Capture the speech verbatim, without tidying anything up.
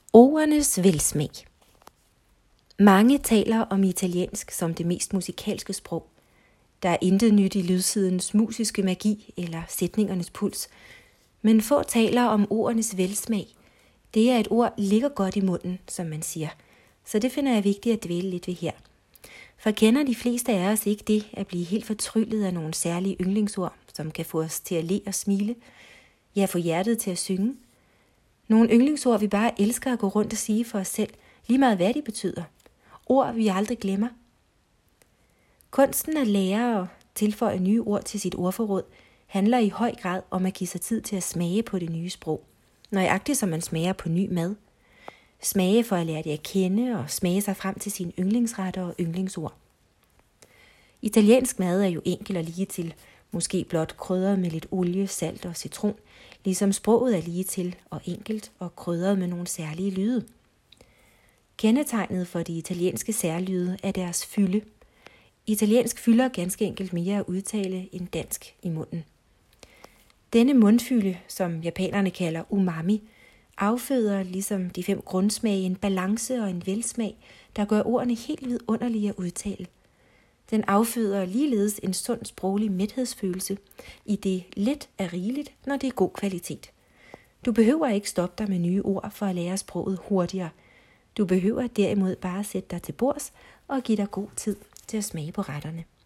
Ordenes velsmag. Mange taler om italiensk som det mest musikalske sprog. Der er intet nyt i lydsidens musiske magi eller sætningernes puls, men få taler om ordenes velsmag. Det er et ord ligger godt i munden, som man siger, så det finder jeg vigtigt at dvæle lidt ved her. For kender de fleste af os ikke det at blive helt fortryllet af nogle særlige yndlingsord, som kan få os til at le og smile, ja, få hjertet til at synge? Nogle yndlingsord, vi bare elsker at gå rundt og sige for os selv, lige meget hvad de betyder. Ord, vi aldrig glemmer. Kunsten at lære og tilføje nye ord til sit ordforråd handler i høj grad om at give sig tid til at smage på det nye sprog. Nøjagtigt som man smager på ny mad. Smage for at lære det at kende og smage sig frem til sine yndlingsretter og yndlingsord. Italiensk mad er jo enkel og lige til, måske blot krydret med lidt olie, salt og citron, ligesom sproget er lige til og enkelt og krydret med nogle særlige lyde. Kendetegnet for de italienske særlyde er deres fylde. Italiensk fylder ganske enkelt mere at udtale end dansk i munden. Denne mundfylde, som japanerne kalder umami, afføder ligesom de fem grundsmage en balance og en velsmag, der gør ordene helt vidunderlige at udtale. Den afføder ligeledes en sund sproglig mæthedsfølelse, i det lidt er rigeligt, når det er god kvalitet. Du behøver ikke stoppe dig med nye ord for at lære sproget hurtigere. Du behøver derimod bare sætte dig til bords og give dig god tid til at smage på retterne.